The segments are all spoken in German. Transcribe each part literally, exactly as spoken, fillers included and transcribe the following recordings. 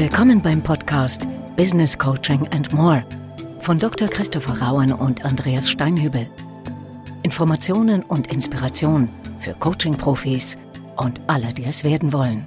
Willkommen beim Podcast Business Coaching and More von Doktor Christopher Rauen und Andreas Steinhübel. Informationen und Inspiration für Coaching-Profis und alle, die es werden wollen.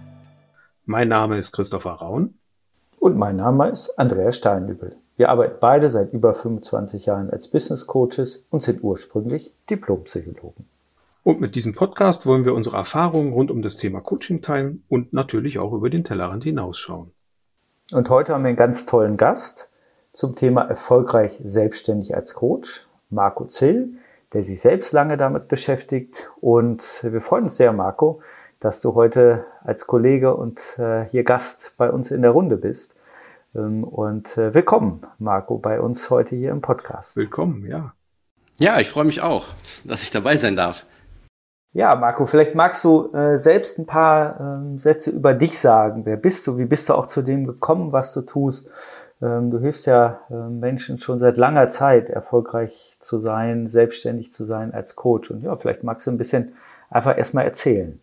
Mein Name ist Christopher Rauen. Und mein Name ist Andreas Steinhübel. Wir arbeiten beide seit über fünfundzwanzig Jahren als Business Coaches und sind ursprünglich Diplompsychologen. Und mit diesem Podcast wollen wir unsere Erfahrungen rund um das Thema Coaching teilen und natürlich auch über den Tellerrand hinausschauen. Und heute haben wir einen ganz tollen Gast zum Thema erfolgreich selbstständig als Coach, Marco Zill, der sich selbst lange damit beschäftigt. Und wir freuen uns sehr, Marco, dass du heute als Kollege und äh, hier Gast bei uns in der Runde bist. Ähm, und äh, willkommen, Marco, bei uns heute hier im Podcast. Willkommen, ja. Ja, ich freue mich auch, dass ich dabei sein darf. Ja, Marco, vielleicht magst du äh, selbst ein paar ähm, Sätze über dich sagen. Wer bist du? Wie bist du auch zu dem gekommen, was du tust? Ähm, du hilfst ja äh, Menschen schon seit langer Zeit, erfolgreich zu sein, selbstständig zu sein als Coach. Und ja, vielleicht magst du ein bisschen einfach erstmal erzählen.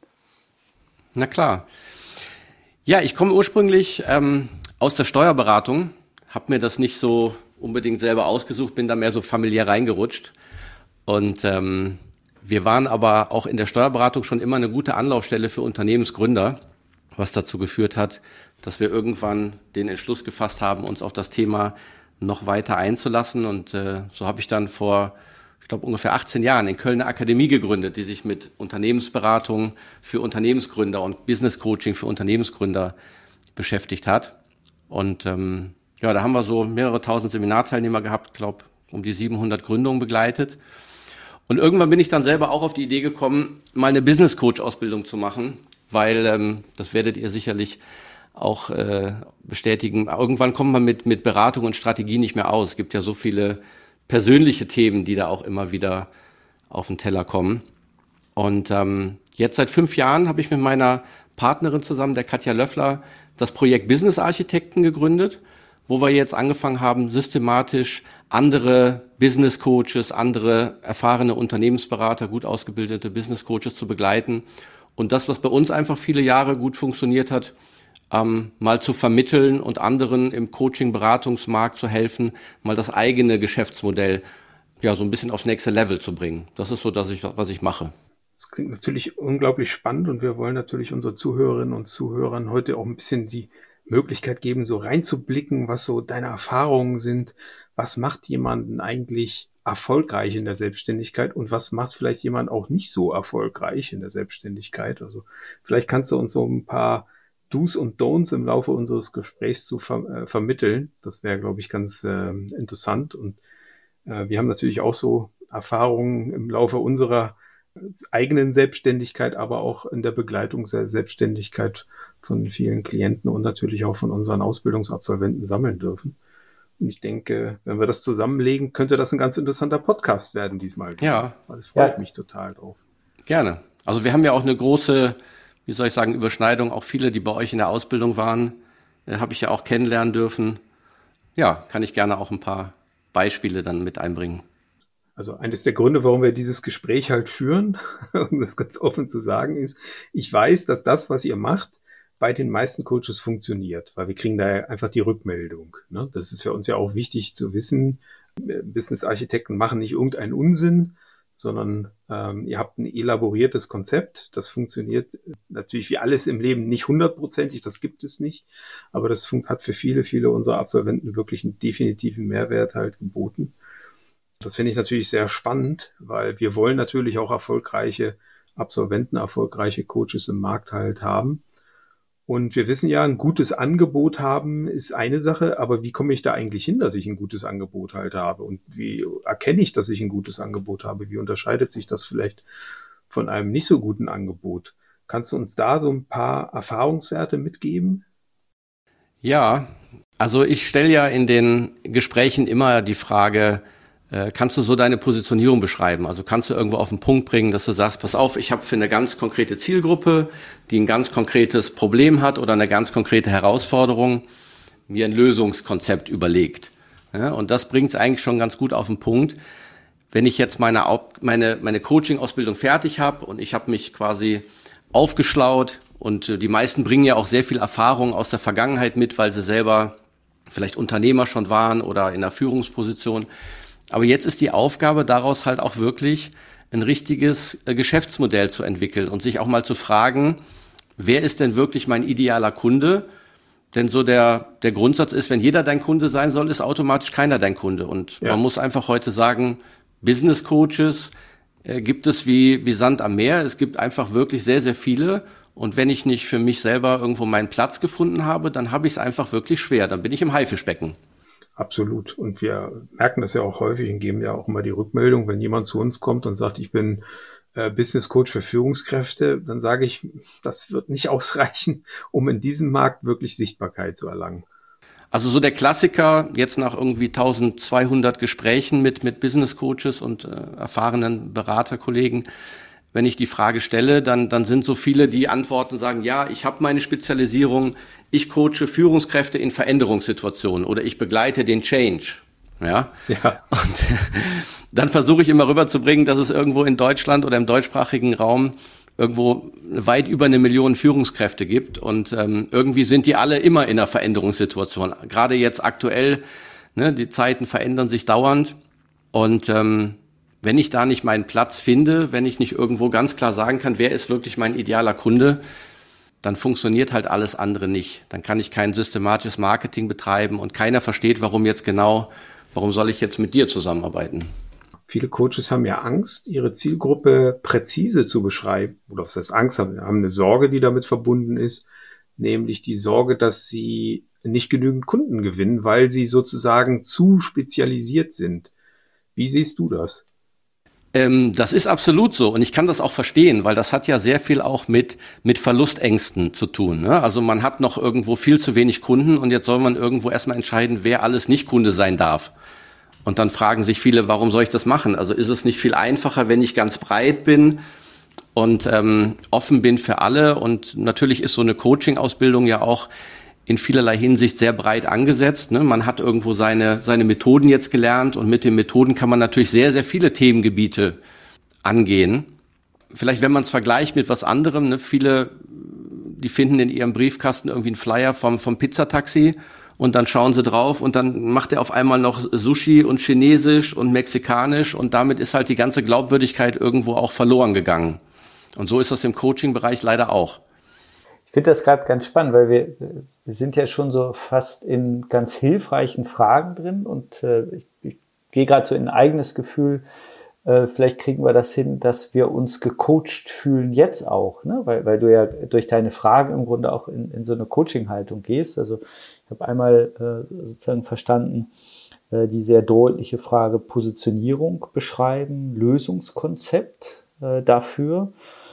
Na klar. Ja, ich komme ursprünglich ähm, aus der Steuerberatung, habe mir das nicht so unbedingt selber ausgesucht, bin da mehr so familiär reingerutscht. Und ähm, wir waren aber auch in der Steuerberatung schon immer eine gute Anlaufstelle für Unternehmensgründer, was dazu geführt hat, dass wir irgendwann den Entschluss gefasst haben, uns auf das Thema noch weiter einzulassen. Und äh, so habe ich dann vor, ich glaube, ungefähr achtzehn Jahren in Köln eine Akademie gegründet, die sich mit Unternehmensberatung für Unternehmensgründer und Business Coaching für Unternehmensgründer beschäftigt hat. Und ähm, ja, da haben wir so mehrere tausend Seminarteilnehmer gehabt, glaube um die siebenhundert Gründungen begleitet. Und irgendwann bin ich dann selber auch auf die Idee gekommen, mal eine Business Coach Ausbildung zu machen, weil, ähm, das werdet ihr sicherlich auch äh, bestätigen, irgendwann kommt man mit mit Beratung und Strategie nicht mehr aus. Es gibt ja so viele persönliche Themen, die da auch immer wieder auf den Teller kommen. Und ähm, jetzt seit fünf Jahren habe ich mit meiner Partnerin zusammen, der Katja Löffler, das Projekt Business Architekten gegründet, wo wir jetzt angefangen haben, systematisch andere Business Coaches, andere erfahrene Unternehmensberater, gut ausgebildete Business Coaches zu begleiten und das, was bei uns einfach viele Jahre gut funktioniert hat, ähm, mal zu vermitteln und anderen im Coaching-Beratungsmarkt zu helfen, mal das eigene Geschäftsmodell ja so ein bisschen aufs nächste Level zu bringen. Das ist so, dass ich, was ich mache. Das klingt natürlich unglaublich spannend und wir wollen natürlich unseren Zuhörerinnen und Zuhörern heute auch ein bisschen die Möglichkeit geben, so reinzublicken, was so deine Erfahrungen sind. Was macht jemanden eigentlich erfolgreich in der Selbstständigkeit und was macht vielleicht jemand auch nicht so erfolgreich in der Selbstständigkeit? Also vielleicht kannst du uns so ein paar Do's und Don'ts im Laufe unseres Gesprächs zu ver- äh, vermitteln. Das wäre, glaube ich, ganz äh, interessant. Und äh, wir haben natürlich auch so Erfahrungen im Laufe unserer eigenen Selbstständigkeit, aber auch in der Begleitung der Selbstständigkeit von vielen Klienten und natürlich auch von unseren Ausbildungsabsolventen sammeln dürfen. Und ich denke, wenn wir das zusammenlegen, könnte das ein ganz interessanter Podcast werden diesmal. Ja. Also freue ich Ja. mich total drauf. Gerne. Also wir haben ja auch eine große, wie soll ich sagen, Überschneidung. Auch viele, die bei euch in der Ausbildung waren, äh, habe ich ja auch kennenlernen dürfen. Ja, kann ich gerne auch ein paar Beispiele dann mit einbringen. Also eines der Gründe, warum wir dieses Gespräch halt führen, um das ganz offen zu sagen, ist, ich weiß, dass das, was ihr macht, bei den meisten Coaches funktioniert, weil wir kriegen da einfach die Rückmeldung. Ne? Das ist für uns ja auch wichtig zu wissen. Business-Architekten machen nicht irgendeinen Unsinn, sondern ähm, ihr habt ein elaboriertes Konzept. Das funktioniert natürlich wie alles im Leben nicht hundertprozentig, das gibt es nicht. Aber das fun- hat für viele, viele unserer Absolventen wirklich einen definitiven Mehrwert halt geboten. Das finde ich natürlich sehr spannend, weil wir wollen natürlich auch erfolgreiche Absolventen, erfolgreiche Coaches im Markt halt haben. Und wir wissen ja, ein gutes Angebot haben ist eine Sache, aber wie komme ich da eigentlich hin, dass ich ein gutes Angebot halt habe? Und wie erkenne ich, dass ich ein gutes Angebot habe? Wie unterscheidet sich das vielleicht von einem nicht so guten Angebot? Kannst du uns da so ein paar Erfahrungswerte mitgeben? Ja, also ich stelle ja in den Gesprächen immer die Frage, äh, kannst du so deine Positionierung beschreiben? Also kannst du irgendwo auf den Punkt bringen, dass du sagst, pass auf, ich habe für eine ganz konkrete Zielgruppe, die ein ganz konkretes Problem hat oder eine ganz konkrete Herausforderung, mir ein Lösungskonzept überlegt. Ja, und das bringt es eigentlich schon ganz gut auf den Punkt. Wenn ich jetzt meine, meine, meine Coaching-Ausbildung fertig habe und ich habe mich quasi aufgeschlaut, Und äh, die meisten bringen ja auch sehr viel Erfahrung aus der Vergangenheit mit, weil sie selber vielleicht Unternehmer schon waren oder in einer Führungsposition. Aber jetzt ist die Aufgabe, daraus halt auch wirklich ein richtiges äh, Geschäftsmodell zu entwickeln und sich auch mal zu fragen, wer ist denn wirklich mein idealer Kunde? Denn so der, der Grundsatz ist, wenn jeder dein Kunde sein soll, ist automatisch keiner dein Kunde. Und ja. man muss einfach heute sagen, Business Coaches äh, gibt es wie, wie Sand am Meer. Es gibt einfach wirklich sehr, sehr viele. Und wenn ich nicht für mich selber irgendwo meinen Platz gefunden habe, dann habe ich es einfach wirklich schwer. Dann bin ich im Haifischbecken. Absolut. Und wir merken das ja auch häufig und geben ja auch immer die Rückmeldung, wenn jemand zu uns kommt und sagt, ich bin Business Coach für Führungskräfte, dann sage ich, das wird nicht ausreichen, um in diesem Markt wirklich Sichtbarkeit zu erlangen. Also so der Klassiker, jetzt nach irgendwie zwölfhundert Gesprächen mit mit Business Coaches und äh, erfahrenen Beraterkollegen, wenn ich die Frage stelle, dann dann sind so viele, die antworten, sagen, ja, ich habe meine Spezialisierung, ich coache Führungskräfte in Veränderungssituationen oder ich begleite den Change. Ja. ja. Und dann versuche ich immer rüberzubringen, dass es irgendwo in Deutschland oder im deutschsprachigen Raum irgendwo weit über eine Million Führungskräfte gibt und ähm, irgendwie sind die alle immer in einer Veränderungssituation. Gerade jetzt aktuell, ne, die Zeiten verändern sich dauernd und ähm, wenn ich da nicht meinen Platz finde, wenn ich nicht irgendwo ganz klar sagen kann, wer ist wirklich mein idealer Kunde, dann funktioniert halt alles andere nicht. Dann kann ich kein systematisches Marketing betreiben und keiner versteht, warum jetzt genau, warum soll ich jetzt mit dir zusammenarbeiten? Viele Coaches haben ja Angst, ihre Zielgruppe präzise zu beschreiben. Oder was heißt Angst? Haben, haben eine Sorge, die damit verbunden ist. Nämlich die Sorge, dass sie nicht genügend Kunden gewinnen, weil sie sozusagen zu spezialisiert sind. Wie siehst du das? Ähm, das ist absolut so und ich kann das auch verstehen, weil das hat ja sehr viel auch mit mit Verlustängsten zu tun. Ne? Also man hat noch irgendwo viel zu wenig Kunden und jetzt soll man irgendwo erstmal entscheiden, wer alles nicht Kunde sein darf. Und dann fragen sich viele, warum soll ich das machen? Also ist es nicht viel einfacher, wenn ich ganz breit bin und ähm, offen bin für alle? Und natürlich ist so eine Coaching-Ausbildung ja auch in vielerlei Hinsicht sehr breit angesetzt. Ne? Man hat irgendwo seine seine Methoden jetzt gelernt und mit den Methoden kann man natürlich sehr, sehr viele Themengebiete angehen. Vielleicht, wenn man es vergleicht mit was anderem, ne? Viele, die finden in ihrem Briefkasten irgendwie einen Flyer vom vom Pizzataxi und dann schauen sie drauf und dann macht er auf einmal noch Sushi und Chinesisch und Mexikanisch und damit ist halt die ganze Glaubwürdigkeit irgendwo auch verloren gegangen. Und so ist das im Coaching-Bereich leider auch. Ich finde das gerade ganz spannend, weil wir, wir sind ja schon so fast in ganz hilfreichen Fragen drin und äh, ich, ich gehe gerade so in ein eigenes Gefühl, äh, vielleicht kriegen wir das hin, dass wir uns gecoacht fühlen jetzt auch, ne? weil, weil du ja durch deine Fragen im Grunde auch in, in so eine Coaching-Haltung gehst. Also ich habe einmal äh, sozusagen verstanden, äh, die sehr deutliche Frage Positionierung beschreiben, Lösungskonzept äh, dafür.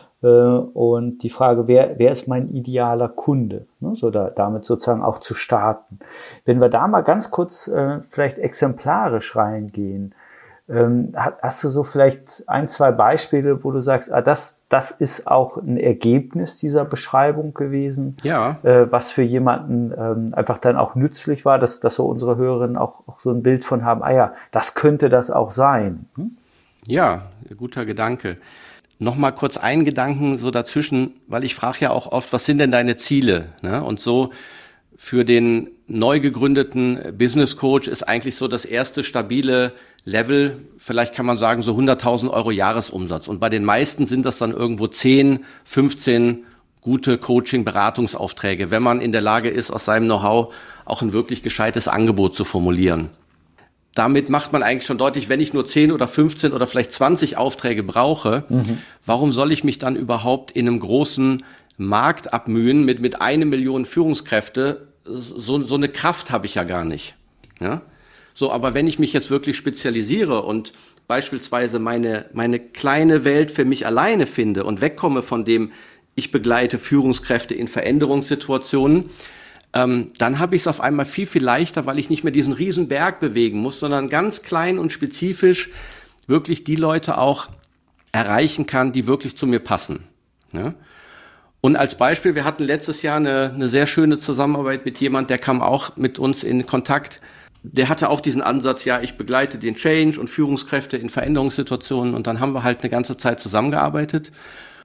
Und die Frage, wer, wer ist mein idealer Kunde? Ne, so da, damit sozusagen auch zu starten. Wenn wir da mal ganz kurz äh, vielleicht exemplarisch reingehen, ähm, hast du so vielleicht ein, zwei Beispiele, wo du sagst, ah, das, das ist auch ein Ergebnis dieser Beschreibung gewesen, ja. äh, was für jemanden ähm, einfach dann auch nützlich war, dass, dass so unsere Hörerinnen auch, auch so ein Bild von haben, ah ja, das könnte das auch sein. Hm? Ja, guter Gedanke. Nochmal kurz einen Gedanken so dazwischen, weil ich frage ja auch oft, was sind denn deine Ziele? Ne? Und so für den neu gegründeten Business Coach ist eigentlich so das erste stabile Level, vielleicht kann man sagen so hunderttausend Euro Jahresumsatz. Und bei den meisten sind das dann irgendwo zehn, fünfzehn gute Coaching-Beratungsaufträge, wenn man in der Lage ist, aus seinem Know-how auch ein wirklich gescheites Angebot zu formulieren. Damit macht man eigentlich schon deutlich, wenn ich nur zehn oder fünfzehn oder vielleicht zwanzig Aufträge brauche, mhm. warum soll ich mich dann überhaupt in einem großen Markt abmühen mit mit eine Million Führungskräfte? So, so eine Kraft habe ich ja gar nicht. Ja? So, aber wenn ich mich jetzt wirklich spezialisiere und beispielsweise meine meine kleine Welt für mich alleine finde und wegkomme von dem, ich begleite Führungskräfte in Veränderungssituationen, Ähm, dann habe ich es auf einmal viel, viel leichter, weil ich nicht mehr diesen riesen Berg bewegen muss, sondern ganz klein und spezifisch wirklich die Leute auch erreichen kann, die wirklich zu mir passen. Ja? Und als Beispiel, wir hatten letztes Jahr eine, eine sehr schöne Zusammenarbeit mit jemand, der kam auch mit uns in Kontakt. Der hatte auch diesen Ansatz, ja, ich begleite den Change und Führungskräfte in Veränderungssituationen und dann haben wir halt eine ganze Zeit zusammengearbeitet.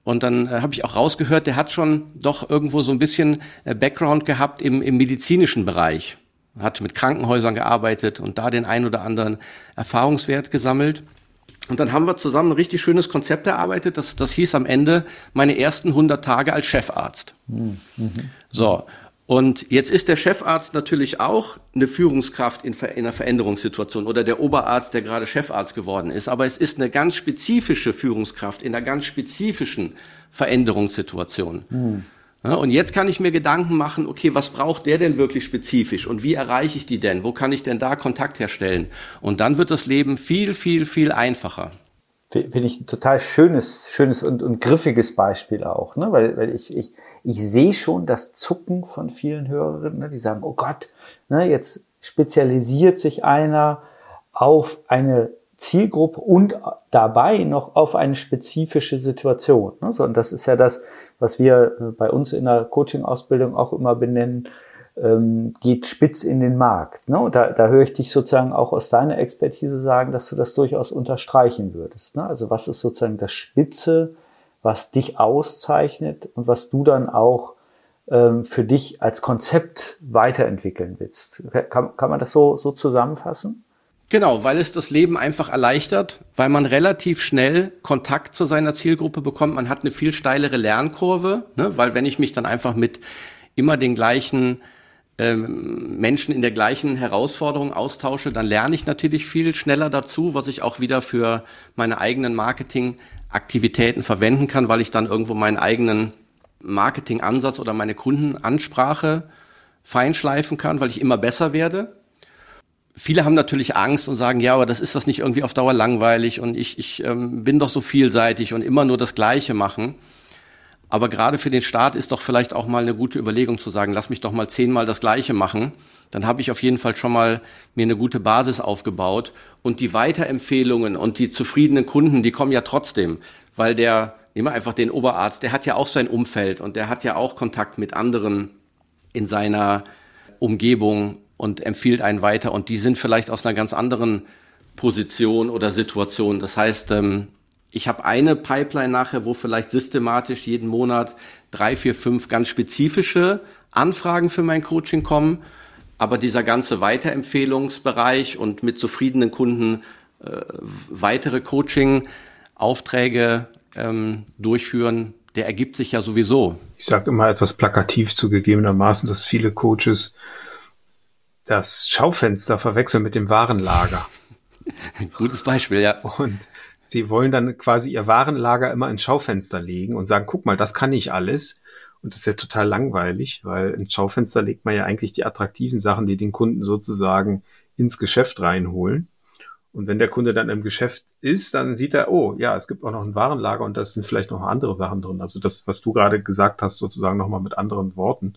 Und dann äh, habe ich auch rausgehört, der hat schon doch irgendwo so ein bisschen äh, Background gehabt im, im medizinischen Bereich. Hat mit Krankenhäusern gearbeitet und da den ein oder anderen Erfahrungswert gesammelt. Und dann haben wir zusammen ein richtig schönes Konzept erarbeitet. Das, das hieß am Ende meine ersten hundert Tage als Chefarzt. Mhm. So. Und jetzt ist der Chefarzt natürlich auch eine Führungskraft in, in einer Veränderungssituation oder der Oberarzt, der gerade Chefarzt geworden ist. Aber es ist eine ganz spezifische Führungskraft in einer ganz spezifischen Veränderungssituation. Mhm. Ja, und jetzt kann ich mir Gedanken machen, okay, was braucht der denn wirklich spezifisch und wie erreiche ich die denn? Wo kann ich denn da Kontakt herstellen? Und dann wird das Leben viel, viel, viel einfacher. Finde ich ein total schönes, schönes und, und griffiges Beispiel auch, ne? Weil, weil ich, ich, ich sehe schon das Zucken von vielen Hörerinnen, ne? Die sagen, oh Gott, ne, jetzt spezialisiert sich einer auf eine Zielgruppe und dabei noch auf eine spezifische Situation. Ne? So, und das ist ja das, was wir bei uns in der Coaching-Ausbildung auch immer benennen, ähm, geht spitz in den Markt. Ne? Und da, da höre ich dich sozusagen auch aus deiner Expertise sagen, dass du das durchaus unterstreichen würdest. Ne? Also was ist sozusagen das Spitze, was dich auszeichnet und was du dann auch ähm, für dich als Konzept weiterentwickeln willst? Kann, kann man das so, so zusammenfassen? Genau, weil es das Leben einfach erleichtert, weil man relativ schnell Kontakt zu seiner Zielgruppe bekommt. Man hat eine viel steilere Lernkurve, ne? Weil wenn ich mich dann einfach mit immer den gleichen ähm, Menschen in der gleichen Herausforderung austausche, dann lerne ich natürlich viel schneller dazu, was ich auch wieder für meine eigenen Marketingaktivitäten verwenden kann, weil ich dann irgendwo meinen eigenen Marketingansatz oder meine Kundenansprache feinschleifen kann, weil ich immer besser werde. Viele haben natürlich Angst und sagen, ja, aber das ist das nicht irgendwie auf Dauer langweilig und ich, ich ähm, bin doch so vielseitig und immer nur das Gleiche machen. Aber gerade für den Start ist doch vielleicht auch mal eine gute Überlegung zu sagen, lass mich doch mal zehnmal das Gleiche machen. Dann habe ich auf jeden Fall schon mal mir eine gute Basis aufgebaut. Und die Weiterempfehlungen und die zufriedenen Kunden, die kommen ja trotzdem. Weil der, nehmen wir einfach den Oberarzt, der hat ja auch sein Umfeld und der hat ja auch Kontakt mit anderen in seiner Umgebung und empfiehlt einen weiter. Und die sind vielleicht aus einer ganz anderen Position oder Situation. Das heißt, ich habe eine Pipeline nachher, wo vielleicht systematisch jeden Monat drei, vier, fünf ganz spezifische Anfragen für mein Coaching kommen. Aber dieser ganze Weiterempfehlungsbereich und mit zufriedenen Kunden äh, weitere Coaching-Aufträge ähm, durchführen, der ergibt sich ja sowieso. Ich sage immer etwas plakativ zugegebenermaßen, dass viele Coaches das Schaufenster verwechseln mit dem Warenlager. Gutes Beispiel, ja. Und sie wollen dann quasi ihr Warenlager immer ins Schaufenster legen und sagen, guck mal, das kann ich alles. Und das ist ja total langweilig, weil ins Schaufenster legt man ja eigentlich die attraktiven Sachen, die den Kunden sozusagen ins Geschäft reinholen. Und wenn der Kunde dann im Geschäft ist, dann sieht er, oh ja, es gibt auch noch ein Warenlager und da sind vielleicht noch andere Sachen drin. Also das, was du gerade gesagt hast, sozusagen nochmal mit anderen Worten.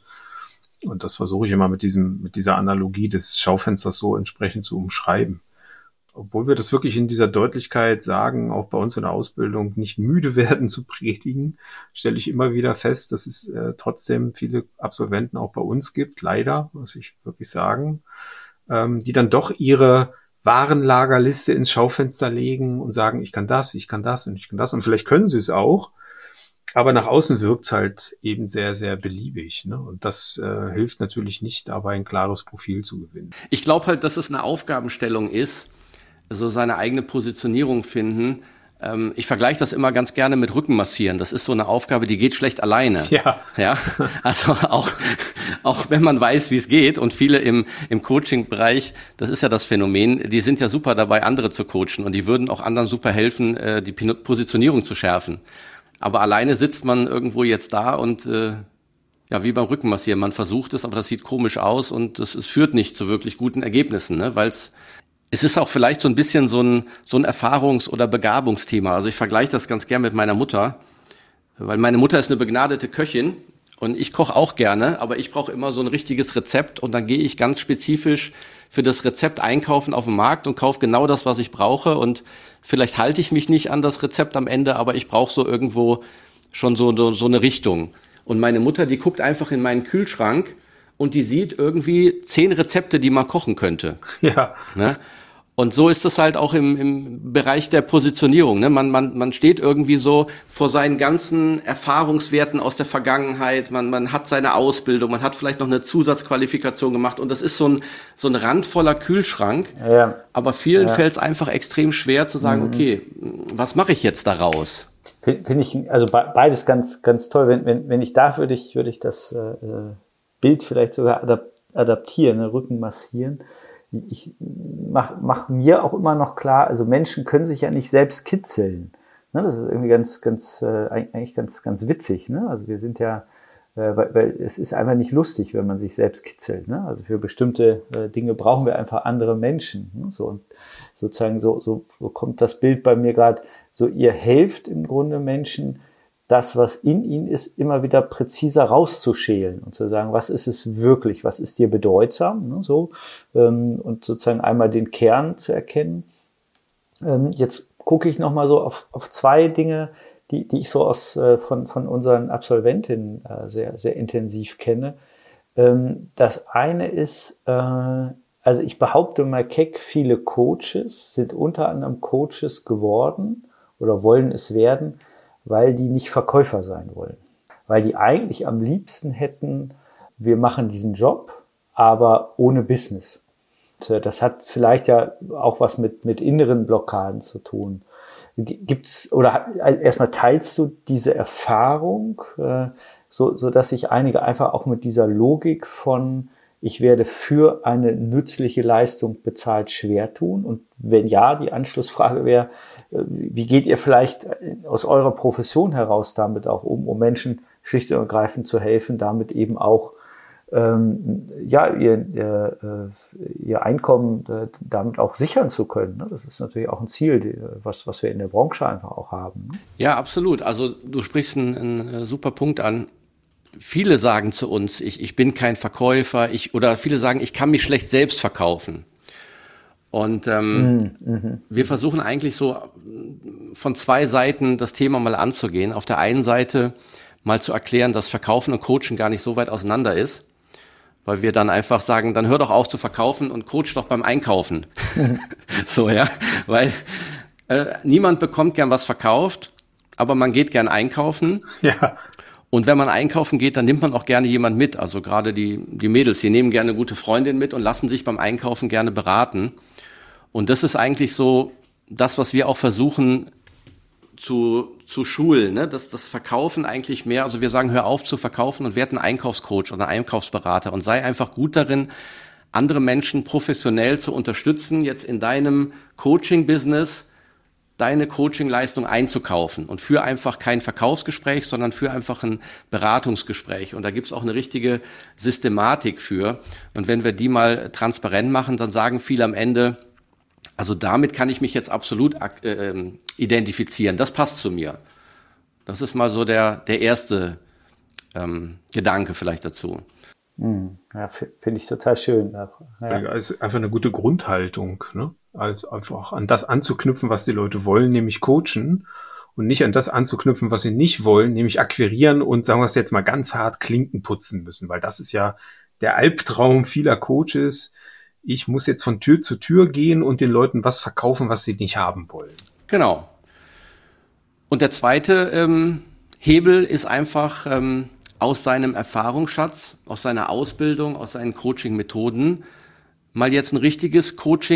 Und das versuche ich immer mit diesem, mit dieser Analogie des Schaufensters so entsprechend zu umschreiben. Obwohl wir das wirklich in dieser Deutlichkeit sagen, auch bei uns in der Ausbildung nicht müde werden zu predigen, stelle ich immer wieder fest, dass es äh, trotzdem viele Absolventen auch bei uns gibt, leider, muss ich wirklich sagen, ähm, die dann doch ihre Warenlagerliste ins Schaufenster legen und sagen, ich kann das, ich kann das und ich kann das. Und vielleicht können sie es auch, aber nach außen wirkt es halt eben sehr, sehr beliebig. Ne? Und das äh, hilft natürlich nicht, dabei ein klares Profil zu gewinnen. Ich glaube halt, dass es eine Aufgabenstellung ist, so seine eigene Positionierung finden. Ähm, ich vergleiche das immer ganz gerne mit Rückenmassieren. Das ist so eine Aufgabe, die geht schlecht alleine. Ja. Ja. Also auch, auch wenn man weiß, wie es geht und viele im, im Coaching-Bereich, das ist ja das Phänomen, die sind ja super dabei, andere zu coachen und die würden auch anderen super helfen, äh, die Positionierung zu schärfen. Aber alleine sitzt man irgendwo jetzt da und äh, ja, wie beim Rückenmassieren. Man versucht es, aber das sieht komisch aus und es, es führt nicht zu wirklich guten Ergebnissen, ne? Weil es es ist auch vielleicht so ein bisschen so ein so ein Erfahrungs- oder Begabungsthema. Also ich vergleiche das ganz gern mit meiner Mutter, weil meine Mutter ist eine begnadete Köchin und ich koche auch gerne, aber ich brauche immer so ein richtiges Rezept und dann gehe ich ganz spezifisch für das Rezept einkaufen auf dem Markt und kaufe genau das, was ich brauche und vielleicht halte ich mich nicht an das Rezept am Ende, aber ich brauche so irgendwo schon so, so, so eine Richtung. Und meine Mutter, die guckt einfach in meinen Kühlschrank und die sieht irgendwie zehn Rezepte, die man kochen könnte. Ja. Ne? Und so ist es halt auch im, im Bereich der Positionierung. Ne? Man, man, man steht irgendwie so vor seinen ganzen Erfahrungswerten aus der Vergangenheit. Man, man hat seine Ausbildung, man hat vielleicht noch eine Zusatzqualifikation gemacht. Und das ist so ein, so ein randvoller Kühlschrank. Ja. Aber vielen Ja. fällt es einfach extrem schwer zu sagen, Mhm. okay, was mache ich jetzt daraus? Finde ich, also beides ganz, ganz toll. Wenn, wenn, wenn ich darf, würde ich, würde ich das äh, Bild vielleicht sogar adap- adaptieren, ne? Rücken massieren. Ich mache mach mir auch immer noch klar, also Menschen können sich ja nicht selbst kitzeln. Ne? Das ist irgendwie ganz, ganz, äh, eigentlich ganz, ganz witzig. Ne? Also wir sind ja, äh, weil, weil es ist einfach nicht lustig, wenn man sich selbst kitzelt. Ne? Also für bestimmte äh, Dinge brauchen wir einfach andere Menschen. Ne? So, und sozusagen so, so, so kommt das Bild bei mir gerade. So, ihr helft im Grunde Menschen, das, was in ihnen ist, immer wieder präziser rauszuschälen und zu sagen, was ist es wirklich, was ist dir bedeutsam, ne, so, ähm, und sozusagen einmal den Kern zu erkennen. Ähm, jetzt gucke ich nochmal so auf, auf zwei Dinge, die, die ich so aus, äh, von, von unseren Absolventinnen äh, sehr, sehr intensiv kenne. Ähm, das eine ist, äh, also ich behaupte mal keck, viele Coaches sind unter anderem Coaches geworden oder wollen es werden, weil die nicht Verkäufer sein wollen. Weil die eigentlich am liebsten hätten, wir machen diesen Job, aber ohne Business. Und das hat vielleicht ja auch was mit, mit inneren Blockaden zu tun. Gibt's, oder erstmal teilst du diese Erfahrung, so, so dass sich einige einfach auch mit dieser Logik von, ich werde für eine nützliche Leistung bezahlt, schwer tun? Und wenn ja, die Anschlussfrage wäre, wie geht ihr vielleicht aus eurer Profession heraus damit auch um, um Menschen schlicht und ergreifend zu helfen, damit eben auch ähm, ja, ihr, ihr, ihr Einkommen äh, damit auch sichern zu können. Ne? Das ist natürlich auch ein Ziel, die, was, was wir in der Branche einfach auch haben. Ne? Ja, absolut. Also du sprichst einen, einen super Punkt an. Viele sagen zu uns, ich, ich bin kein Verkäufer, ich, oder viele sagen, ich kann mich schlecht selbst verkaufen. Und ähm, mhm. wir versuchen eigentlich so von zwei Seiten das Thema mal anzugehen. Auf der einen Seite mal zu erklären, dass Verkaufen und Coachen gar nicht so weit auseinander ist, weil wir dann einfach sagen, dann hör doch auf zu verkaufen und coach doch beim Einkaufen. Mhm. So, ja, weil äh, niemand bekommt gern was verkauft, aber man geht gern einkaufen. Ja. Und wenn man einkaufen geht, dann nimmt man auch gerne jemand mit. Also gerade die, die Mädels, die nehmen gerne eine gute Freundin mit und lassen sich beim Einkaufen gerne beraten. Und das ist eigentlich so das, was wir auch versuchen zu, zu schulen, ne? Das, das Verkaufen eigentlich mehr, also wir sagen, hör auf zu verkaufen und werd ein Einkaufscoach oder ein Einkaufsberater und sei einfach gut darin, andere Menschen professionell zu unterstützen, jetzt in deinem Coaching-Business deine Coaching-Leistung einzukaufen und für einfach kein Verkaufsgespräch, sondern für einfach ein Beratungsgespräch. Und da gibt's auch eine richtige Systematik für. Und wenn wir die mal transparent machen, dann sagen viele am Ende, also damit kann ich mich jetzt absolut äh, identifizieren. Das passt zu mir. Das ist mal so der, der erste ähm, Gedanke vielleicht dazu. Ja, finde ich total schön. Ja. Ja, es ist einfach eine gute Grundhaltung, ne? Also einfach an das anzuknüpfen, was die Leute wollen, nämlich coachen, und nicht an das anzuknüpfen, was sie nicht wollen, nämlich akquirieren und, sagen wir es jetzt mal ganz hart, Klinken putzen müssen, weil das ist ja der Albtraum vieler Coaches. Ich muss jetzt von Tür zu Tür gehen und den Leuten was verkaufen, was sie nicht haben wollen. Genau. Und der zweite ähm, Hebel ist einfach ähm, aus seinem Erfahrungsschatz, aus seiner Ausbildung, aus seinen Coaching-Methoden mal jetzt ein richtiges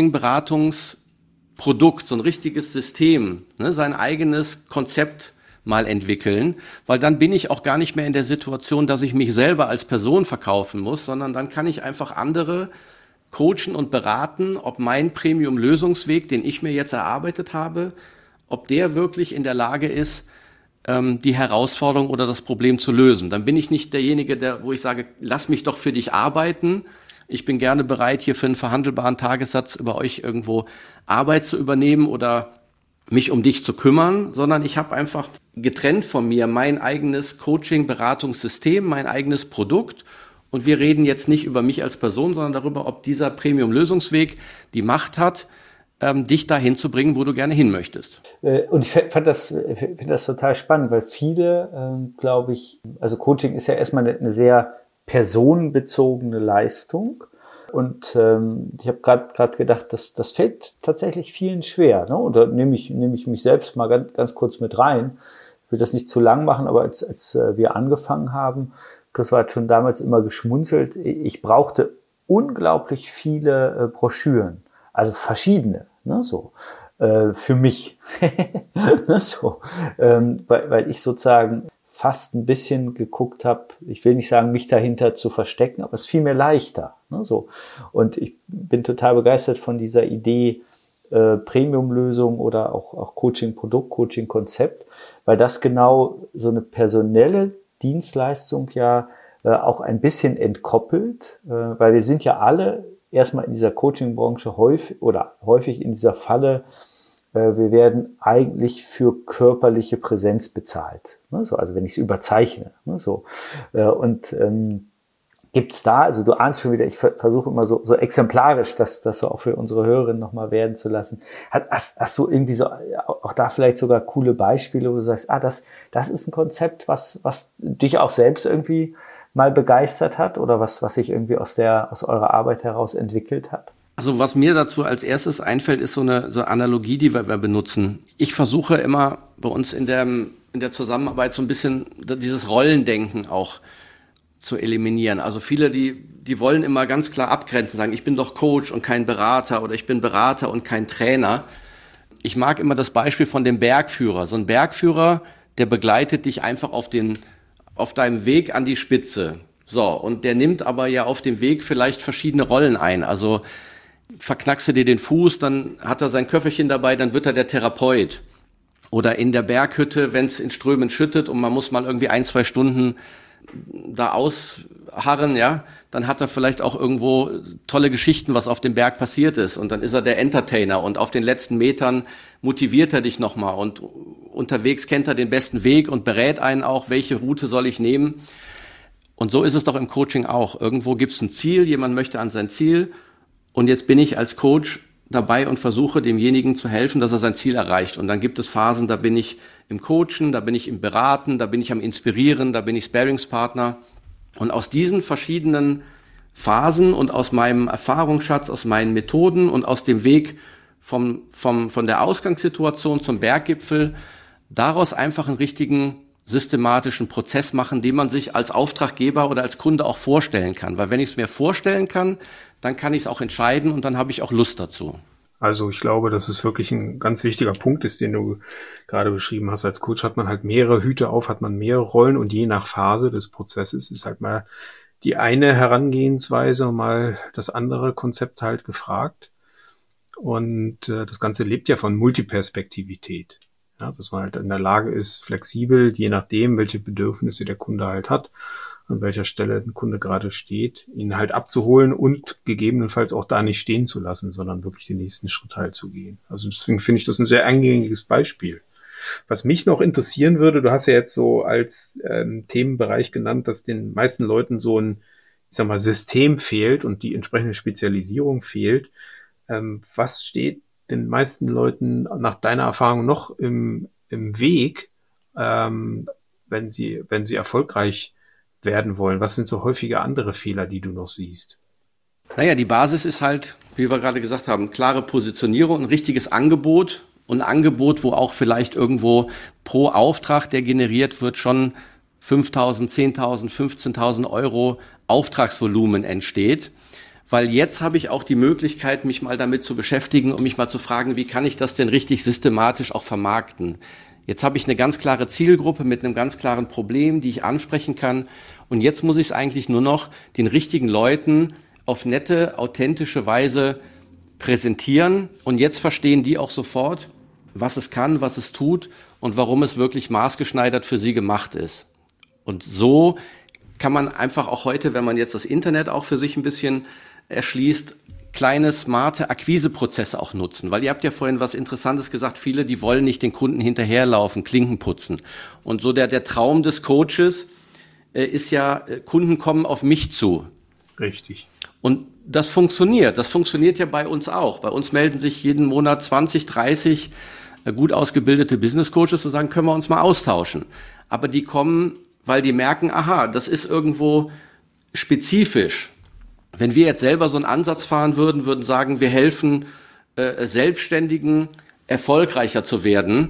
Coaching-Beratungsprodukt, so ein richtiges System, ne, sein eigenes Konzept mal entwickeln, weil dann bin ich auch gar nicht mehr in der Situation, dass ich mich selber als Person verkaufen muss, sondern dann kann ich einfach andere coachen und beraten, ob mein Premium-Lösungsweg, den ich mir jetzt erarbeitet habe, ob der wirklich in der Lage ist, ähm, die Herausforderung oder das Problem zu lösen. Dann bin ich nicht derjenige, der, wo ich sage, lass mich doch für dich arbeiten. Ich bin gerne bereit, hier für einen verhandelbaren Tagessatz über euch irgendwo Arbeit zu übernehmen oder mich um dich zu kümmern, sondern ich habe einfach getrennt von mir mein eigenes Coaching-Beratungssystem, mein eigenes Produkt. Und wir reden jetzt nicht über mich als Person, sondern darüber, ob dieser Premium-Lösungsweg die Macht hat, ähm, dich dahin zu bringen, wo du gerne hin möchtest. Und ich fand das, finde das total spannend, weil viele, ähm, glaube ich, also Coaching ist ja erstmal eine, eine sehr personenbezogene Leistung. Und ähm, ich habe gerade gerade gedacht, das, das fällt tatsächlich vielen schwer. Ne? Und da nehme ich, nehme ich mich selbst mal ganz, ganz kurz mit rein. Ich will das nicht zu lang machen, aber als, als wir angefangen haben, Christoph hat schon damals immer geschmunzelt, ich brauchte unglaublich viele äh, Broschüren, also verschiedene, ne, so, äh, für mich, ne, so, ähm, weil, weil ich sozusagen fast ein bisschen geguckt habe, ich will nicht sagen, mich dahinter zu verstecken, aber es fiel mir leichter, ne, so. Und ich bin total begeistert von dieser Idee, äh, Premium-Lösung oder auch, auch Coaching-Produkt, Coaching-Konzept, weil das genau so eine personelle Dienstleistung ja äh, auch ein bisschen entkoppelt, äh, weil wir sind ja alle erstmal in dieser Coaching-Branche häufig oder häufig in dieser Falle, äh, wir werden eigentlich für körperliche Präsenz bezahlt, ne? So, also wenn ich es überzeichne, ne? So, äh, und ähm, gibt's da, also du ahnst schon wieder, ich versuche immer so, so exemplarisch, das, das so auch für unsere Hörerinnen nochmal werden zu lassen. Hast, hast du irgendwie so, auch da vielleicht sogar coole Beispiele, wo du sagst, ah, das, das ist ein Konzept, was, was dich auch selbst irgendwie mal begeistert hat oder was, was sich irgendwie aus der, aus eurer Arbeit heraus entwickelt hat? Also was mir dazu als erstes einfällt, ist so eine, so eine Analogie, die wir, wir benutzen. Ich versuche immer bei uns in der, in der Zusammenarbeit so ein bisschen dieses Rollendenken auch zu eliminieren. Also viele, die, die wollen immer ganz klar abgrenzen, sagen, ich bin doch Coach und kein Berater oder ich bin Berater und kein Trainer. Ich mag immer das Beispiel von dem Bergführer. So ein Bergführer, der begleitet dich einfach auf den, auf deinem Weg an die Spitze. So. Und der nimmt aber ja auf dem Weg vielleicht verschiedene Rollen ein. Also verknackst du dir den Fuß, dann hat er sein Köfferchen dabei, dann wird er der Therapeut. Oder in der Berghütte, wenn es in Strömen schüttet und man muss mal irgendwie ein, zwei Stunden da ausharren, ja, dann hat er vielleicht auch irgendwo tolle Geschichten, was auf dem Berg passiert ist. Und dann ist er der Entertainer und auf den letzten Metern motiviert er dich nochmal und unterwegs kennt er den besten Weg und berät einen auch, welche Route soll ich nehmen. Und so ist es doch im Coaching auch. Irgendwo gibt es ein Ziel, jemand möchte an sein Ziel und jetzt bin ich als Coach dabei und versuche demjenigen zu helfen, dass er sein Ziel erreicht. Und dann gibt es Phasen, da bin ich im Coachen, da bin ich im Beraten, da bin ich am Inspirieren, da bin ich Sparringspartner. Und aus diesen verschiedenen Phasen und aus meinem Erfahrungsschatz, aus meinen Methoden und aus dem Weg vom, vom, von der Ausgangssituation zum Berggipfel, daraus einfach einen richtigen systematischen Prozess machen, den man sich als Auftraggeber oder als Kunde auch vorstellen kann. Weil wenn ich es mir vorstellen kann, dann kann ich es auch entscheiden und dann habe ich auch Lust dazu. Also ich glaube, dass es wirklich ein ganz wichtiger Punkt ist, den du gerade beschrieben hast. Als Coach hat man halt mehrere Hüte auf, hat man mehrere Rollen und je nach Phase des Prozesses ist halt mal die eine Herangehensweise und mal das andere Konzept halt gefragt. Und äh, das Ganze lebt ja von Multiperspektivität. Ja, dass man halt in der Lage ist, flexibel, je nachdem, welche Bedürfnisse der Kunde halt hat, an welcher Stelle ein Kunde gerade steht, ihn halt abzuholen und gegebenenfalls auch da nicht stehen zu lassen, sondern wirklich den nächsten Schritt halt zu gehen. Also deswegen finde ich das ein sehr eingängiges Beispiel. Was mich noch interessieren würde, du hast ja jetzt so als ähm, Themenbereich genannt, dass den meisten Leuten so ein, ich sag mal, System fehlt und die entsprechende Spezialisierung fehlt. Ähm, was steht den meisten Leuten nach deiner Erfahrung noch im, im Weg, ähm, wenn sie, wenn sie erfolgreich werden wollen? Was sind so häufige andere Fehler, die du noch siehst? Naja, die Basis ist halt, wie wir gerade gesagt haben, klare Positionierung, ein richtiges Angebot und ein Angebot, wo auch vielleicht irgendwo pro Auftrag, der generiert wird, schon fünftausend, zehntausend, fünfzehntausend Euro Auftragsvolumen entsteht. Weil jetzt habe ich auch die Möglichkeit, mich mal damit zu beschäftigen und mich mal zu fragen, wie kann ich das denn richtig systematisch auch vermarkten? Jetzt habe ich eine ganz klare Zielgruppe mit einem ganz klaren Problem, die ich ansprechen kann. Und jetzt muss ich es eigentlich nur noch den richtigen Leuten auf nette, authentische Weise präsentieren. Und jetzt verstehen die auch sofort, was es kann, was es tut und warum es wirklich maßgeschneidert für sie gemacht ist. Und so kann man einfach auch heute, wenn man jetzt das Internet auch für sich ein bisschen erschließt, kleine, smarte Akquiseprozesse auch nutzen. Weil ihr habt ja vorhin was Interessantes gesagt, viele, die wollen nicht den Kunden hinterherlaufen, Klinken putzen. Und so der, der Traum des Coaches äh, ist ja, Kunden kommen auf mich zu. Richtig. Und das funktioniert. Das funktioniert ja bei uns auch. Bei uns melden sich jeden Monat zwanzig, dreißig äh, gut ausgebildete Business Coaches und sagen, können wir uns mal austauschen. Aber die kommen, weil die merken, aha, das ist irgendwo spezifisch. Wenn wir jetzt selber so einen Ansatz fahren würden, würden sagen, wir helfen äh, Selbstständigen, erfolgreicher zu werden,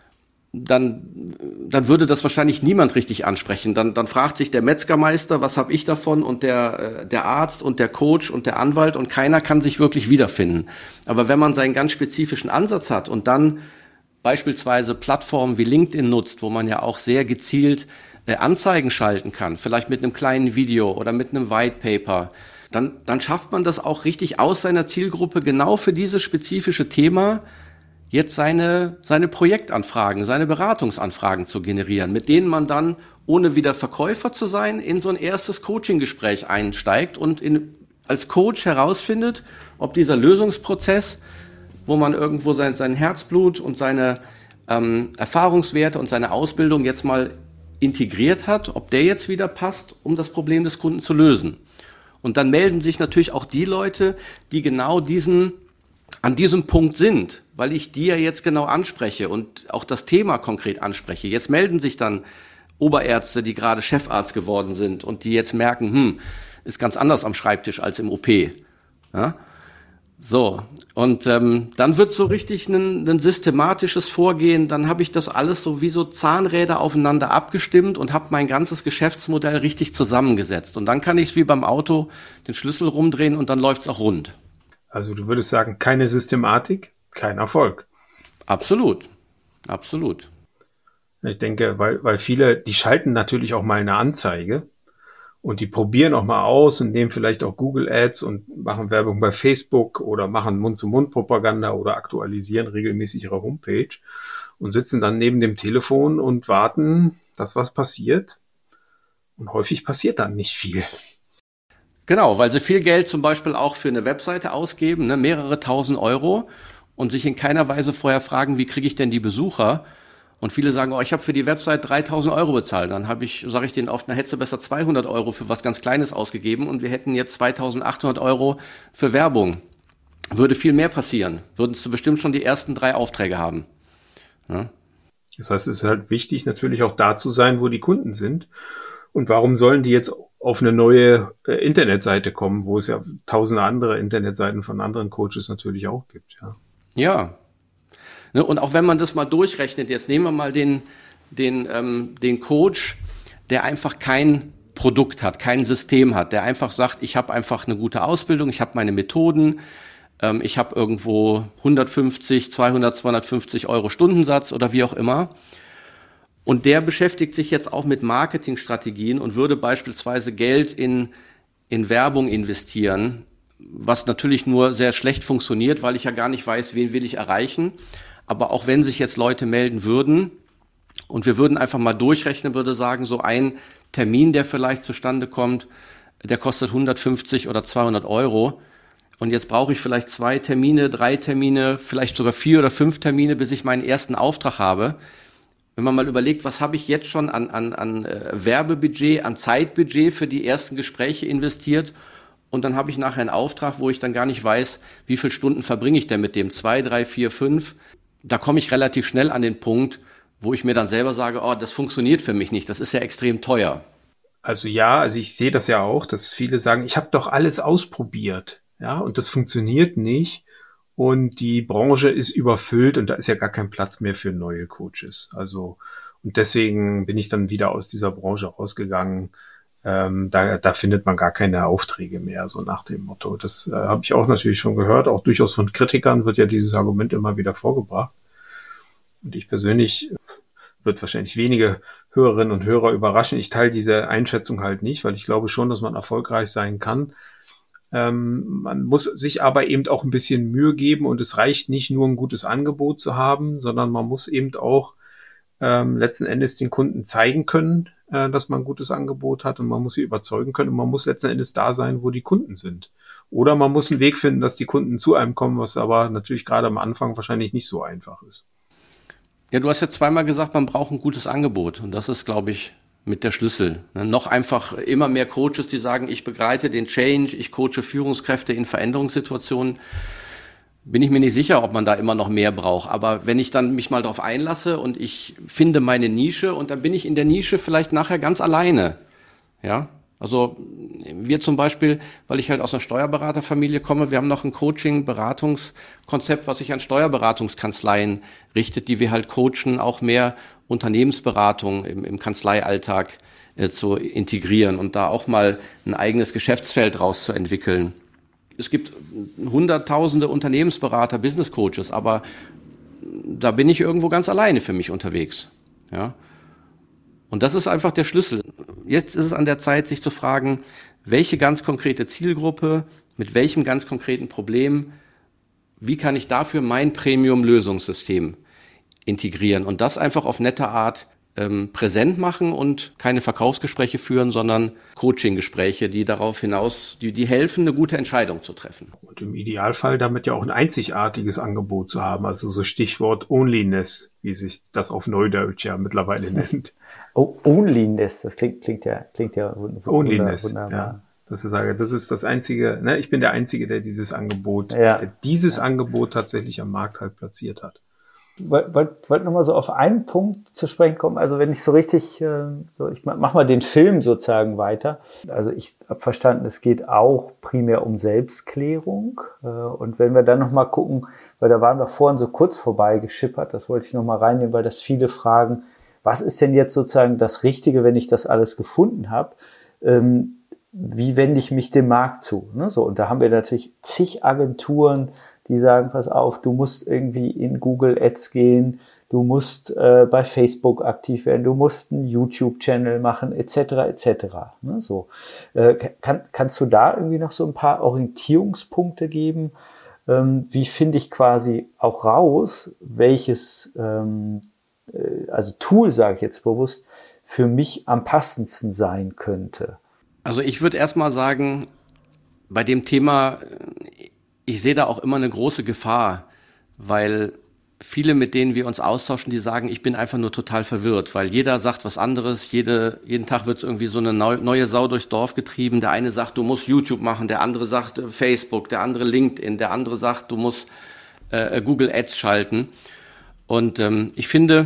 dann, dann würde das wahrscheinlich niemand richtig ansprechen. Dann, dann fragt sich der Metzgermeister, was habe ich davon, und der, der Arzt und der Coach und der Anwalt, und keiner kann sich wirklich wiederfinden. Aber wenn man seinen ganz spezifischen Ansatz hat und dann beispielsweise Plattformen wie LinkedIn nutzt, wo man ja auch sehr gezielt äh, Anzeigen schalten kann, vielleicht mit einem kleinen Video oder mit einem White Paper, dann, dann schafft man das auch richtig aus seiner Zielgruppe genau für dieses spezifische Thema jetzt seine, seine Projektanfragen, seine Beratungsanfragen zu generieren, mit denen man dann, ohne wieder Verkäufer zu sein, in so ein erstes Coaching-Gespräch einsteigt und in, als Coach herausfindet, ob dieser Lösungsprozess, wo man irgendwo sein, sein Herzblut und seine ähm, Erfahrungswerte und seine Ausbildung jetzt mal integriert hat, ob der jetzt wieder passt, um das Problem des Kunden zu lösen. Und dann melden sich natürlich auch die Leute, die genau diesen an diesem Punkt sind, weil ich die ja jetzt genau anspreche und auch das Thema konkret anspreche. Jetzt melden sich dann Oberärzte, die gerade Chefarzt geworden sind und die jetzt merken, hm, ist ganz anders am Schreibtisch als im O P. Ja? So, und ähm, dann wird so richtig ein, ein systematisches Vorgehen, dann habe ich das alles so wie so Zahnräder aufeinander abgestimmt und habe mein ganzes Geschäftsmodell richtig zusammengesetzt. Und dann kann ich es wie beim Auto den Schlüssel rumdrehen und dann läuft es auch rund. Also du würdest sagen, keine Systematik, kein Erfolg. Absolut, absolut. Ich denke, weil, weil viele, die schalten natürlich auch mal eine Anzeige und die probieren auch mal aus und nehmen vielleicht auch Google Ads und machen Werbung bei Facebook oder machen Mund-zu-Mund-Propaganda oder aktualisieren regelmäßig ihre Homepage und sitzen dann neben dem Telefon und warten, dass was passiert. Und häufig passiert dann nicht viel. Genau, weil sie viel Geld zum Beispiel auch für eine Webseite ausgeben, ne, mehrere tausend Euro, und sich in keiner Weise vorher fragen, wie kriege ich denn die Besucher? Und viele sagen, oh, ich habe für die Website dreitausend Euro bezahlt. Dann habe ich, sage ich denen oft, na, hättest du besser zweihundert Euro für was ganz Kleines ausgegeben und wir hätten jetzt zweitausendachthundert Euro für Werbung. Würde viel mehr passieren. Würdest du bestimmt schon die ersten drei Aufträge haben. Ja? Das heißt, es ist halt wichtig, natürlich auch da zu sein, wo die Kunden sind. Und warum sollen die jetzt auf eine neue äh, Internetseite kommen, wo es ja tausende andere Internetseiten von anderen Coaches natürlich auch gibt, ja. Ja. Ne, und auch wenn man das mal durchrechnet, jetzt nehmen wir mal den, den, ähm, den Coach, der einfach kein Produkt hat, kein System hat, der einfach sagt, ich habe einfach eine gute Ausbildung, ich habe meine Methoden, ähm, ich habe irgendwo hundertfünfzig, zweihundert, zweihundertfünfzig Euro Stundensatz oder wie auch immer. Und der beschäftigt sich jetzt auch mit Marketingstrategien und würde beispielsweise Geld in, in Werbung investieren, was natürlich nur sehr schlecht funktioniert, weil ich ja gar nicht weiß, wen will ich erreichen. Aber auch wenn sich jetzt Leute melden würden und wir würden einfach mal durchrechnen, würde sagen, so ein Termin, der vielleicht zustande kommt, der kostet hundertfünfzig oder zweihundert Euro. Und jetzt brauche ich vielleicht zwei Termine, drei Termine, vielleicht sogar vier oder fünf Termine, bis ich meinen ersten Auftrag habe. Wenn man mal überlegt, was habe ich jetzt schon an, an, an äh, Werbebudget, an Zeitbudget für die ersten Gespräche investiert, und dann habe ich nachher einen Auftrag, wo ich dann gar nicht weiß, wie viele Stunden verbringe ich denn mit dem, zwei, drei, vier, fünf. Da komme ich relativ schnell an den Punkt, wo ich mir dann selber sage, oh, das funktioniert für mich nicht, das ist ja extrem teuer. Also ja, also ich sehe das ja auch, dass viele sagen, ich habe doch alles ausprobiert, ja, und das funktioniert nicht. Und die Branche ist überfüllt und da ist ja gar kein Platz mehr für neue Coaches. Also, und deswegen bin ich dann wieder aus dieser Branche rausgegangen. Ähm, da, da findet man gar keine Aufträge mehr, so nach dem Motto. Das äh, habe ich auch natürlich schon gehört. Auch durchaus von Kritikern wird ja dieses Argument immer wieder vorgebracht. Und ich persönlich, wird wahrscheinlich wenige Hörerinnen und Hörer überraschen, ich teile diese Einschätzung halt nicht, weil ich glaube schon, dass man erfolgreich sein kann. Ähm, man muss sich aber eben auch ein bisschen Mühe geben und es reicht nicht nur ein gutes Angebot zu haben, sondern man muss eben auch ähm, letzten Endes den Kunden zeigen können, äh, dass man ein gutes Angebot hat, und man muss sie überzeugen können und man muss letzten Endes da sein, wo die Kunden sind. Oder man muss einen Weg finden, dass die Kunden zu einem kommen, was aber natürlich gerade am Anfang wahrscheinlich nicht so einfach ist. Ja, du hast ja zweimal gesagt, man braucht ein gutes Angebot, und das ist, glaube ich, mit der Schlüssel. Noch einfach immer mehr Coaches, die sagen, ich begleite den Change, ich coache Führungskräfte in Veränderungssituationen. Bin ich mir nicht sicher, ob man da immer noch mehr braucht. Aber wenn ich dann mich mal darauf einlasse und ich finde meine Nische, und dann bin ich in der Nische vielleicht nachher ganz alleine. Ja, Also wir zum Beispiel, weil ich halt aus einer Steuerberaterfamilie komme, wir haben noch ein Coaching-Beratungskonzept, was sich an Steuerberatungskanzleien richtet, die wir halt coachen, auch mehr Unternehmensberatung im, im Kanzleialltag äh, zu integrieren und da auch mal ein eigenes Geschäftsfeld rauszuentwickeln. Es gibt hunderttausende Unternehmensberater, Business Coaches, aber da bin ich irgendwo ganz alleine für mich unterwegs. Ja. Und das ist einfach der Schlüssel. Jetzt ist es an der Zeit, sich zu fragen, welche ganz konkrete Zielgruppe, mit welchem ganz konkreten Problem, wie kann ich dafür mein Premium-Lösungssystem integrieren und das einfach auf nette Art ähm, präsent machen und keine Verkaufsgespräche führen, sondern Coaching-Gespräche, die darauf hinaus, die, die helfen, eine gute Entscheidung zu treffen. Und im Idealfall damit ja auch ein einzigartiges Angebot zu haben, also so Stichwort Onlyness, wie sich das auf Neudeutsch ja mittlerweile nennt. Oh, Onlyness, das klingt, klingt ja, klingt ja wunderbar. Onlyness, ja. Dass ich sage, das ist das einzige, ne, ich bin der Einzige, der dieses Angebot, ja. der dieses ja. Angebot tatsächlich am Markt halt platziert hat. Ich wollte wollt nochmal so auf einen Punkt zu sprechen kommen. Also wenn ich so richtig, äh, so ich mach mal den Film sozusagen weiter. Also ich habe verstanden, es geht auch primär um Selbstklärung. Äh, und wenn wir dann nochmal gucken, weil da waren wir vorhin so kurz vorbei geschippert, das wollte ich nochmal reinnehmen, weil das viele fragen, was ist denn jetzt sozusagen das Richtige, wenn ich das alles gefunden habe? Ähm, wie wende ich mich dem Markt zu? Ne? So, und da haben wir natürlich zig Agenturen, die sagen, pass auf, du musst irgendwie in Google Ads gehen, du musst äh, bei Facebook aktiv werden, du musst einen YouTube-Channel machen, et cetera et cetera. Ne? So, äh, kann, kannst du da irgendwie noch so ein paar Orientierungspunkte geben? Ähm, wie finde ich quasi auch raus, welches ähm, äh, also Tool, sage ich jetzt bewusst, für mich am passendsten sein könnte? Also ich würde erstmal sagen, bei dem Thema, ich sehe da auch immer eine große Gefahr, weil viele, mit denen wir uns austauschen, die sagen, ich bin einfach nur total verwirrt, weil jeder sagt was anderes, jede, jeden Tag wird irgendwie so eine neu, neue Sau durchs Dorf getrieben. Der eine sagt, du musst YouTube machen, der andere sagt Facebook, der andere LinkedIn, der andere sagt, du musst äh, Google Ads schalten. Und ähm, ich finde,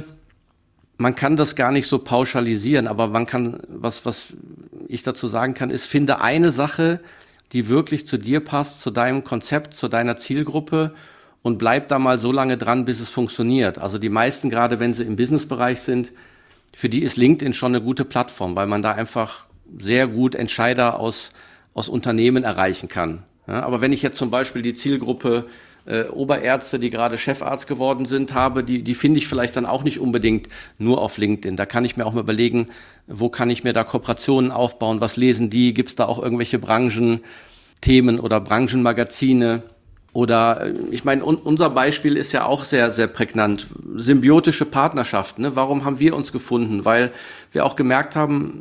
man kann das gar nicht so pauschalisieren, aber man kann, was, was ich dazu sagen kann, ist, finde eine Sache, die wirklich zu dir passt, zu deinem Konzept, zu deiner Zielgruppe und bleib da mal so lange dran, bis es funktioniert. Also die meisten, gerade wenn sie im Businessbereich sind, für die ist LinkedIn schon eine gute Plattform, weil man da einfach sehr gut Entscheider aus, aus Unternehmen erreichen kann. Ja, aber wenn ich jetzt zum Beispiel die Zielgruppe äh, Oberärzte, die gerade Chefarzt geworden sind, habe, die, die finde ich vielleicht dann auch nicht unbedingt nur auf LinkedIn. Da kann ich mir auch mal überlegen, wo kann ich mir da Kooperationen aufbauen, was lesen die, gibt es da auch irgendwelche Branchenthemen oder Branchenmagazine? Oder ich meine, un, unser Beispiel ist ja auch sehr, sehr prägnant. Symbiotische Partnerschaften. Ne? Warum haben wir uns gefunden? Weil wir auch gemerkt haben,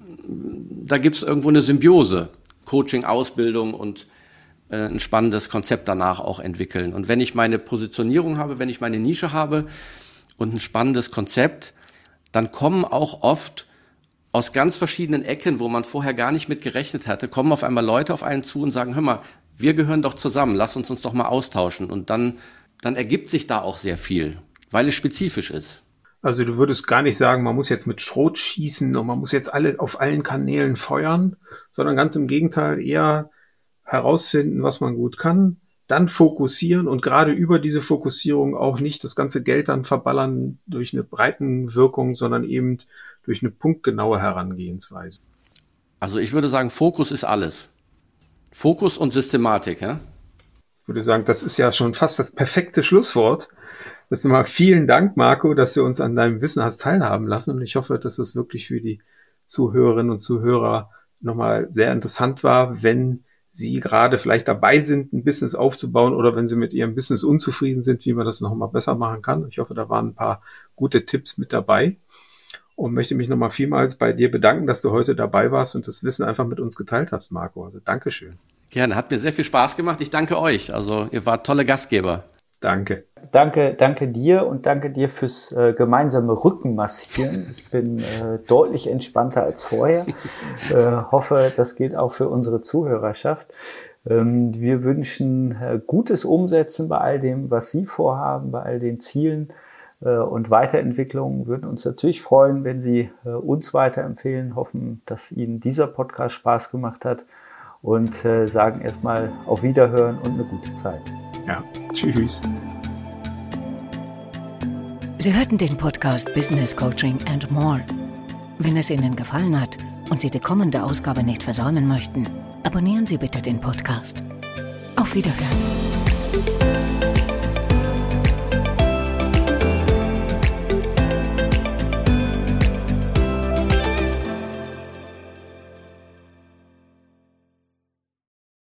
da gibt es irgendwo eine Symbiose. Coaching, Ausbildung und äh, ein spannendes Konzept danach auch entwickeln. Und wenn ich meine Positionierung habe, wenn ich meine Nische habe und ein spannendes Konzept, dann kommen auch oft aus ganz verschiedenen Ecken, wo man vorher gar nicht mit gerechnet hatte, kommen auf einmal Leute auf einen zu und sagen, hör mal, wir gehören doch zusammen, lass uns uns doch mal austauschen. Und dann, dann ergibt sich da auch sehr viel, weil es spezifisch ist. Also du würdest gar nicht sagen, man muss jetzt mit Schrot schießen und man muss jetzt alle auf allen Kanälen feuern, sondern ganz im Gegenteil eher herausfinden, was man gut kann, dann fokussieren und gerade über diese Fokussierung auch nicht das ganze Geld dann verballern durch eine Breitenwirkung, sondern eben durch eine punktgenaue Herangehensweise. Also ich würde sagen, Fokus ist alles. Fokus und Systematik, ja? Ich würde sagen, das ist ja schon fast das perfekte Schlusswort. Das mal vielen Dank, Marco, dass du uns an deinem Wissen hast teilhaben lassen. Und ich hoffe, dass es wirklich für die Zuhörerinnen und Zuhörer nochmal sehr interessant war, wenn sie gerade vielleicht dabei sind, ein Business aufzubauen oder wenn sie mit ihrem Business unzufrieden sind, wie man das nochmal besser machen kann. Ich hoffe, da waren ein paar gute Tipps mit dabei. Und möchte mich nochmal vielmals bei dir bedanken, dass du heute dabei warst und das Wissen einfach mit uns geteilt hast, Marco. Also Dankeschön. Gerne, hat mir sehr viel Spaß gemacht. Ich danke euch. Also ihr wart tolle Gastgeber. Danke. Danke, danke dir und danke dir fürs äh, gemeinsame Rückenmassieren. Ich bin äh, deutlich entspannter als vorher. äh, hoffe, das gilt auch für unsere Zuhörerschaft. Ähm, wir wünschen äh, gutes Umsetzen bei all dem, was Sie vorhaben, bei all den Zielen, und Weiterentwicklung. Würden uns natürlich freuen, wenn Sie uns weiterempfehlen, hoffen, dass Ihnen dieser Podcast Spaß gemacht hat und sagen erstmal auf Wiederhören und eine gute Zeit. Ja, tschüss. Sie hörten den Podcast Business Coaching and More. Wenn es Ihnen gefallen hat und Sie die kommende Ausgabe nicht versäumen möchten, abonnieren Sie bitte den Podcast. Auf Wiederhören.